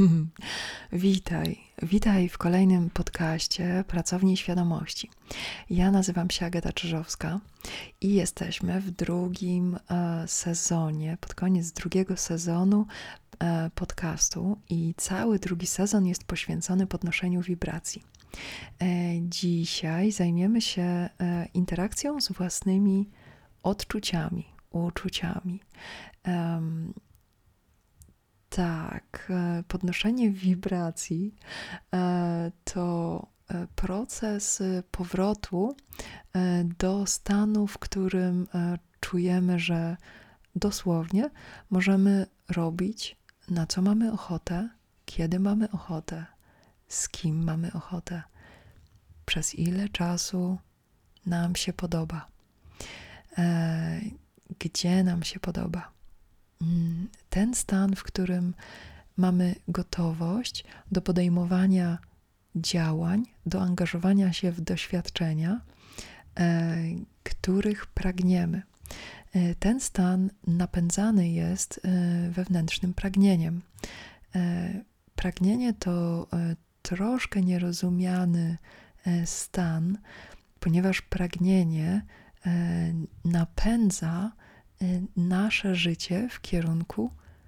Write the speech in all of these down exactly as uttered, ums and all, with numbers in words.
Witaj, witaj w kolejnym podcaście Pracowni Świadomości. Ja nazywam się Agata Czyżowska i jesteśmy w drugim e, sezonie, pod koniec drugiego sezonu e, podcastu i cały drugi sezon jest poświęcony podnoszeniu wibracji. E, dzisiaj zajmiemy się e, interakcją z własnymi odczuciami, uczuciami. Um, Tak, e, podnoszenie wibracji e, to e, proces powrotu e, do stanu, w którym e, czujemy, że dosłownie możemy robić, na co mamy ochotę, kiedy mamy ochotę, z kim mamy ochotę, przez ile czasu nam się podoba, e, gdzie nam się podoba. Ten stan, w którym mamy gotowość do podejmowania działań, do angażowania się w doświadczenia, e, których pragniemy. E, ten stan napędzany jest e, wewnętrznym pragnieniem. E, pragnienie to e, troszkę nierozumiany e, stan, ponieważ pragnienie e, napędza nasze życie w kierunku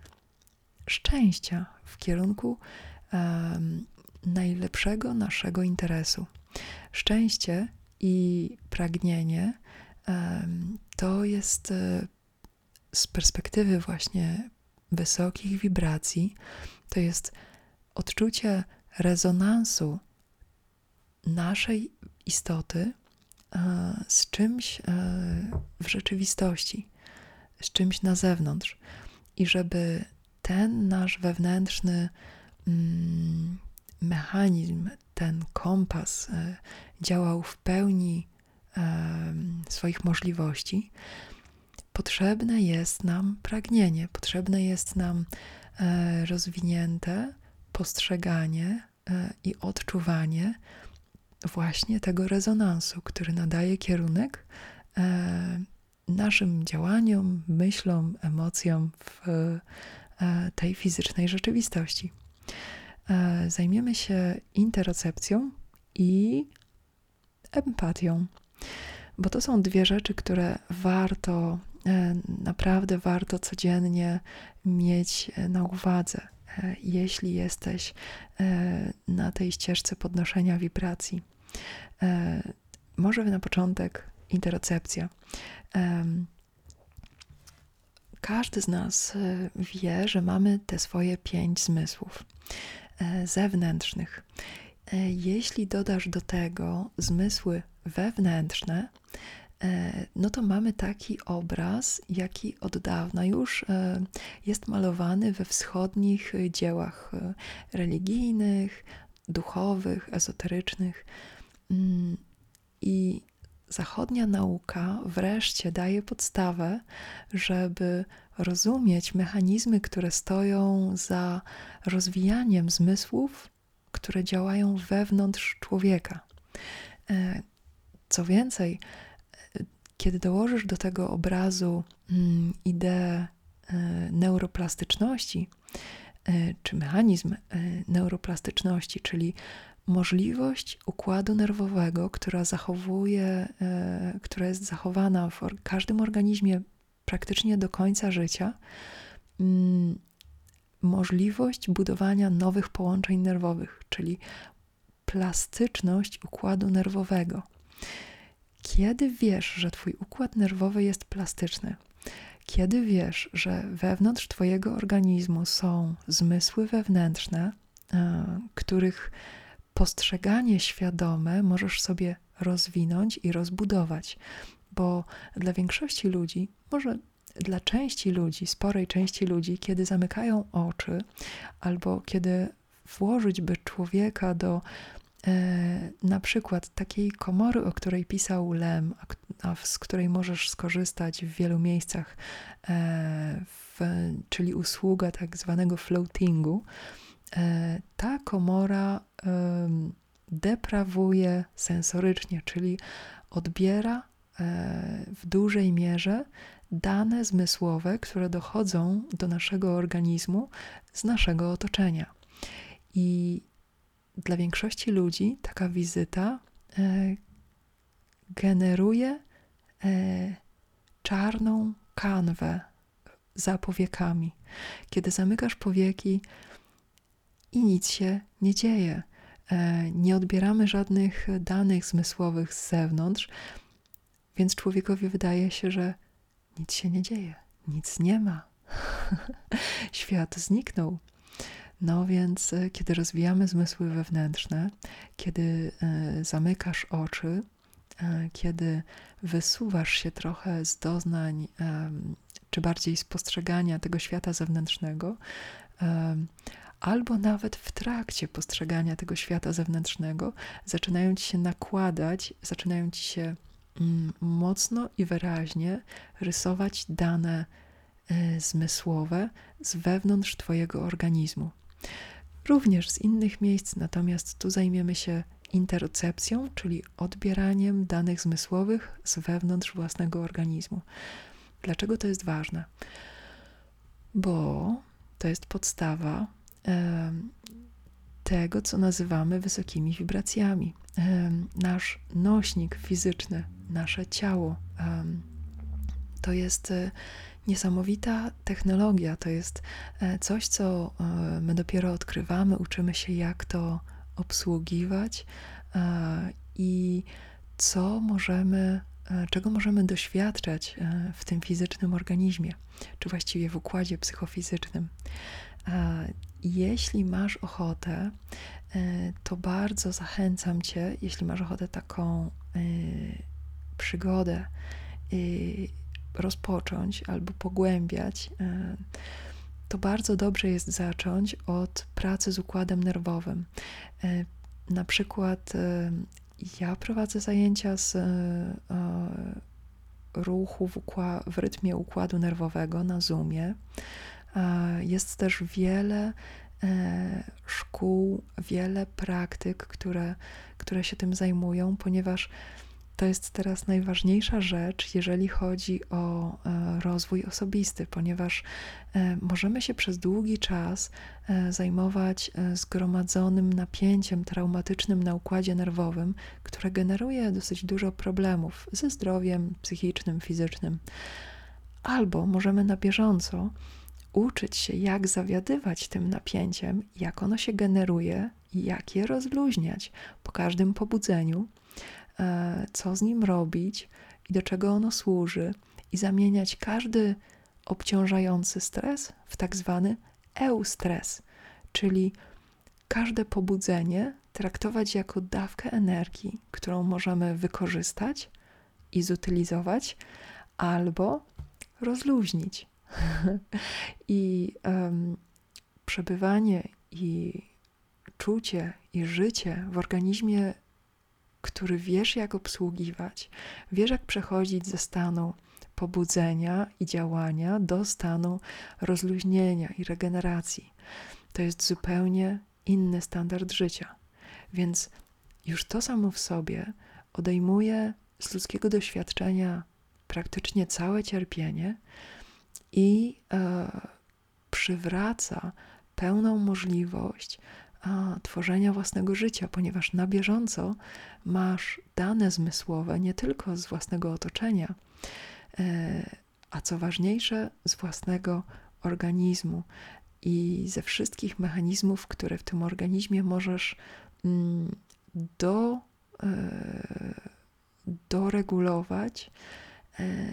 szczęścia, w kierunku um, najlepszego naszego interesu. Szczęście i pragnienie um, to jest um, z perspektywy właśnie wysokich wibracji, to jest odczucie rezonansu naszej istoty um, z czymś um, w rzeczywistości, z czymś na zewnątrz. I żeby ten nasz wewnętrzny mm, mechanizm, ten kompas e, działał w pełni e, swoich możliwości, potrzebne jest nam pragnienie, potrzebne jest nam e, rozwinięte postrzeganie e, i odczuwanie właśnie tego rezonansu, który nadaje kierunek e, naszym działaniom, myślom, emocjom w tej fizycznej rzeczywistości. Zajmiemy się interocepcją i empatią, bo to są dwie rzeczy, które warto, naprawdę warto codziennie mieć na uwadze, jeśli jesteś na tej ścieżce podnoszenia wibracji. Może na początek interocepcja. Każdy z nas wie, że mamy te swoje pięć zmysłów zewnętrznych. Jeśli dodasz do tego zmysły wewnętrzne, no to mamy taki obraz, jaki od dawna już jest malowany we wschodnich dziełach religijnych, duchowych, ezoterycznych. I zachodnia nauka wreszcie daje podstawę, żeby rozumieć mechanizmy, które stoją za rozwijaniem zmysłów, które działają wewnątrz człowieka. Co więcej, kiedy dołożysz do tego obrazu ideę neuroplastyczności, czy mechanizm neuroplastyczności, czyli możliwość układu nerwowego, która zachowuje, e, która jest zachowana w or- każdym organizmie praktycznie do końca życia, mm, możliwość budowania nowych połączeń nerwowych, czyli plastyczność układu nerwowego. Kiedy wiesz, że twój układ nerwowy jest plastyczny, kiedy wiesz, że wewnątrz twojego organizmu są zmysły wewnętrzne, e, których postrzeganie świadome możesz sobie rozwinąć i rozbudować, bo dla większości ludzi, może dla części ludzi, sporej części ludzi, kiedy zamykają oczy albo kiedy włożyć by człowieka do e, na przykład takiej komory, o której pisał Lem, a, a z której możesz skorzystać w wielu miejscach, e, w, czyli usługa tak zwanego floatingu, ta komora deprawuje sensorycznie, czyli odbiera w dużej mierze dane zmysłowe, które dochodzą do naszego organizmu z naszego otoczenia. I dla większości ludzi taka wizyta e, generuje e, czarną kanwę za powiekami. Kiedy zamykasz powieki i nic się nie dzieje, e, nie odbieramy żadnych danych zmysłowych z zewnątrz, więc człowiekowi wydaje się, że nic się nie dzieje, nic nie ma. Świat zniknął. No więc e, kiedy rozwijamy zmysły wewnętrzne, kiedy e, zamykasz oczy, e, kiedy wysuwasz się trochę z doznań, e, czy bardziej z postrzegania tego świata zewnętrznego, e, albo nawet w trakcie postrzegania tego świata zewnętrznego, zaczynają ci się nakładać, zaczynają ci się mm, mocno i wyraźnie rysować dane y, zmysłowe z wewnątrz twojego organizmu. Również z innych miejsc, natomiast tu zajmiemy się interocepcją, czyli odbieraniem danych zmysłowych z wewnątrz własnego organizmu. Dlaczego to jest ważne? Bo to jest podstawa e, tego, co nazywamy wysokimi wibracjami. E, nasz nośnik fizyczny, nasze ciało, e, to jest e, niesamowita technologia, to jest e, coś, co e, my dopiero odkrywamy, uczymy się, jak to obsługiwać e, i co możemy, e, czego możemy doświadczać e, w tym fizycznym organizmie, czy właściwie w układzie psychofizycznym. E, Jeśli masz ochotę, e, to bardzo zachęcam cię, jeśli masz ochotę taką e, przygodę e, rozpocząć albo pogłębiać, e, to bardzo dobrze jest zacząć od pracy z układem nerwowym. E, Na przykład e, ja prowadzę zajęcia z e, ruchu w, ukła- w rytmie układu nerwowego na Zoomie. E, Jest też wiele e, szkół, wiele praktyk, które, które się tym zajmują, ponieważ to jest teraz najważniejsza rzecz, jeżeli chodzi o e, rozwój osobisty, ponieważ e, możemy się przez długi czas e, zajmować e, zgromadzonym napięciem traumatycznym na układzie nerwowym, które generuje dosyć dużo problemów ze zdrowiem psychicznym, fizycznym. Albo możemy na bieżąco uczyć się, jak zawiadywać tym napięciem, jak ono się generuje i jak je rozluźniać po każdym pobudzeniu, co z nim robić i do czego ono służy, i zamieniać każdy obciążający stres w tak zwany eustres, czyli każde pobudzenie traktować jako dawkę energii, którą możemy wykorzystać i zutylizować, albo rozluźnić. I um, przebywanie i czucie i życie w organizmie, który wiesz, jak obsługiwać, wiesz, jak przechodzić ze stanu pobudzenia i działania do stanu rozluźnienia i regeneracji. To jest zupełnie inny standard życia. Więc już to samo w sobie odejmuje z ludzkiego doświadczenia praktycznie całe cierpienie i e, przywraca pełną możliwość a, tworzenia własnego życia, ponieważ na bieżąco masz dane zmysłowe nie tylko z własnego otoczenia, e, a co ważniejsze, z własnego organizmu i ze wszystkich mechanizmów, które w tym organizmie możesz mm, do, e, doregulować, e,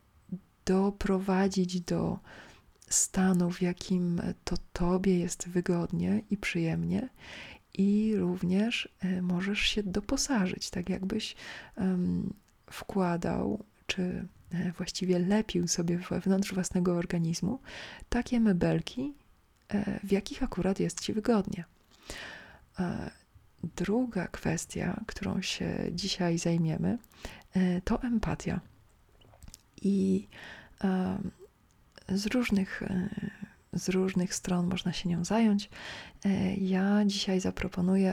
doprowadzić do stanu, w jakim to tobie jest wygodnie i przyjemnie, i również możesz się doposażyć, tak jakbyś um, wkładał, czy właściwie lepił sobie wewnątrz własnego organizmu takie mebelki, w jakich akurat jest ci wygodnie. Druga kwestia, którą się dzisiaj zajmiemy, to empatia. I um, z różnych, z różnych stron można się nią zająć. Ja dzisiaj zaproponuję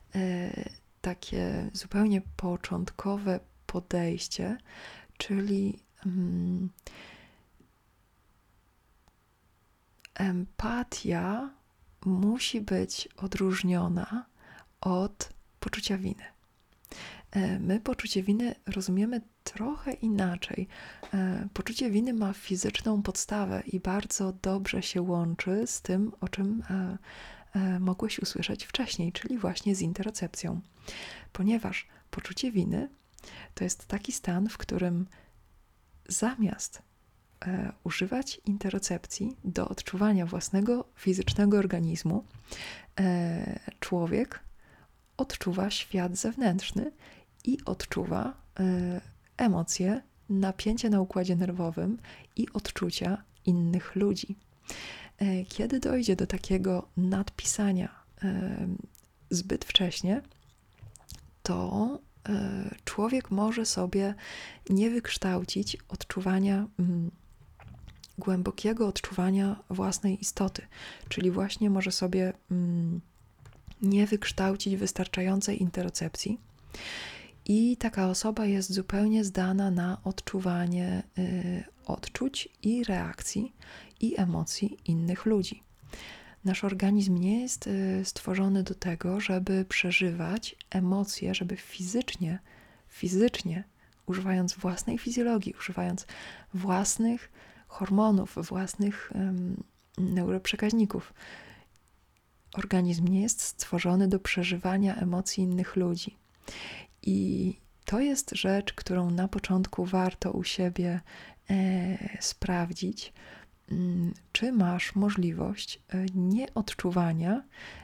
takie zupełnie początkowe podejście, czyli um, empatia musi być odróżniona od poczucia winy. My poczucie winy rozumiemy trochę inaczej. Poczucie winy ma fizyczną podstawę i bardzo dobrze się łączy z tym, o czym mogłeś usłyszeć wcześniej, czyli właśnie z interocepcją. Ponieważ poczucie winy to jest taki stan, w którym zamiast e, używać interocepcji do odczuwania własnego fizycznego organizmu, e, człowiek odczuwa świat zewnętrzny i odczuwa e, emocje, napięcie na układzie nerwowym i odczucia innych ludzi. E, kiedy dojdzie do takiego nadpisania e, zbyt wcześnie, to człowiek może sobie nie wykształcić odczuwania, mm, głębokiego odczuwania własnej istoty, czyli właśnie może sobie mm, nie wykształcić wystarczającej interocepcji i taka osoba jest zupełnie zdana na odczuwanie y, odczuć i reakcji i emocji innych ludzi. Nasz organizm nie jest stworzony do tego, żeby przeżywać emocje, żeby fizycznie, fizycznie, używając własnej fizjologii, używając własnych hormonów, własnych um, neuroprzekaźników. Organizm nie jest stworzony do przeżywania emocji innych ludzi. I to jest rzecz, którą na początku warto u siebie e, sprawdzić, czy masz możliwość nieodczuwania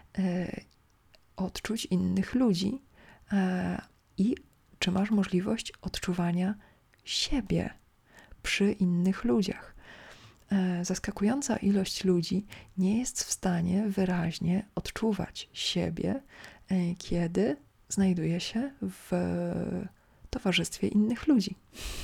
odczuć innych ludzi i czy masz możliwość odczuwania siebie przy innych ludziach. Zaskakująca ilość ludzi nie jest w stanie wyraźnie odczuwać siebie, kiedy znajduje się w towarzystwie innych ludzi.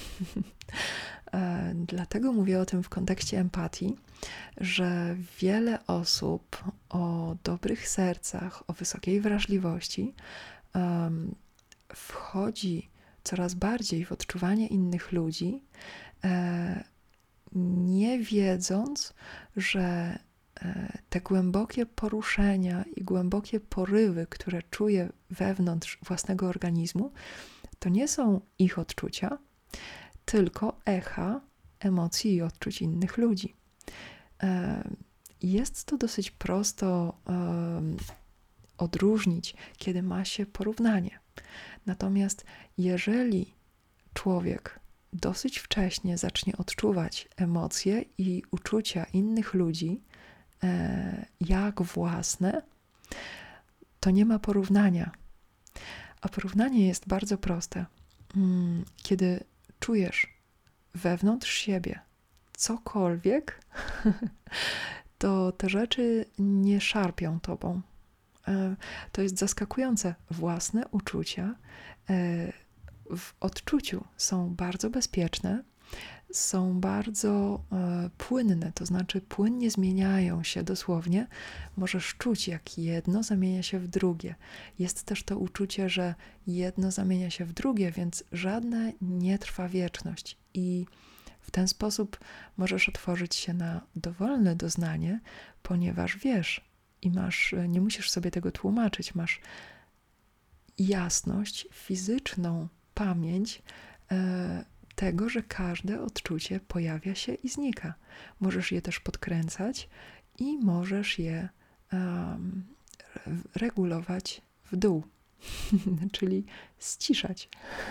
Dlatego mówię o tym w kontekście empatii, że wiele osób o dobrych sercach, o wysokiej wrażliwości um, wchodzi coraz bardziej w odczuwanie innych ludzi, e, nie wiedząc, że e, te głębokie poruszenia i głębokie porywy, które czuje wewnątrz własnego organizmu, to nie są ich odczucia, tylko echa emocji i odczuć innych ludzi. Jest to dosyć prosto odróżnić, kiedy ma się porównanie. Natomiast jeżeli człowiek dosyć wcześnie zacznie odczuwać emocje i uczucia innych ludzi jak własne, to nie ma porównania. A porównanie jest bardzo proste. Kiedy czujesz wewnątrz siebie cokolwiek, to te rzeczy nie szarpią tobą. To jest zaskakujące. Własne uczucia w odczuciu są bardzo bezpieczne, są bardzo płynne, to znaczy płynnie zmieniają się dosłownie. Możesz czuć, jak jedno zamienia się w drugie. Jest też to uczucie, że jedno zamienia się w drugie, więc żadne nie trwa wieczność. I w ten sposób możesz otworzyć się na dowolne doznanie, ponieważ wiesz i masz, nie musisz sobie tego tłumaczyć, masz jasność, fizyczną pamięć e, tego, że każde odczucie pojawia się i znika. Możesz je też podkręcać i możesz je um, regulować w dół, czyli ściszać.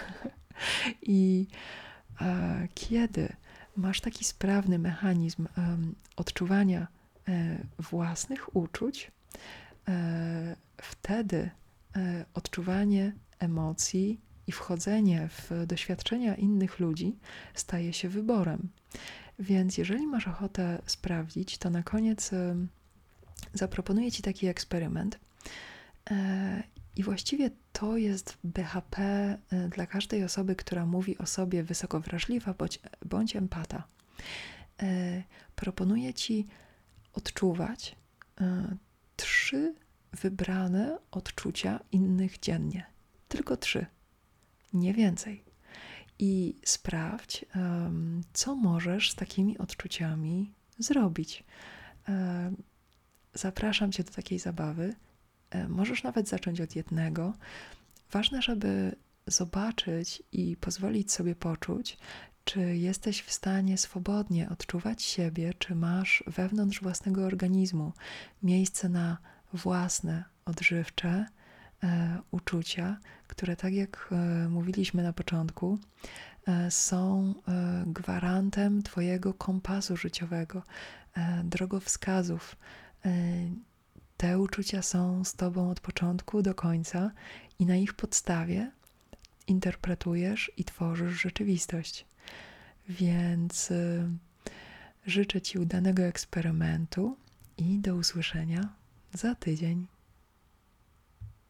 I e, kiedy masz taki sprawny mechanizm um, odczuwania e, własnych uczuć, e, wtedy e, odczuwanie emocji i wchodzenie w doświadczenia innych ludzi staje się wyborem. Więc jeżeli masz ochotę sprawdzić, to na koniec e, zaproponuję ci taki eksperyment. E, I właściwie to jest B H P dla każdej osoby, która mówi o sobie wysoko wrażliwa bądź, bądź empata. E, proponuję ci odczuwać e, trzy wybrane odczucia innych dziennie. Tylko trzy, nie więcej. I sprawdź, um, co możesz z takimi odczuciami zrobić. E, zapraszam Cię do takiej zabawy. Możesz nawet zacząć od jednego. Ważne, żeby zobaczyć i pozwolić sobie poczuć, czy jesteś w stanie swobodnie odczuwać siebie, czy masz wewnątrz własnego organizmu miejsce na własne, odżywcze e, uczucia, które, tak jak e, mówiliśmy na początku, e, są e, gwarantem Twojego kompasu życiowego, e, drogowskazów. E, te uczucia są z Tobą od początku do końca i na ich podstawie interpretujesz i tworzysz rzeczywistość. Więc y, życzę Ci udanego eksperymentu i do usłyszenia za tydzień.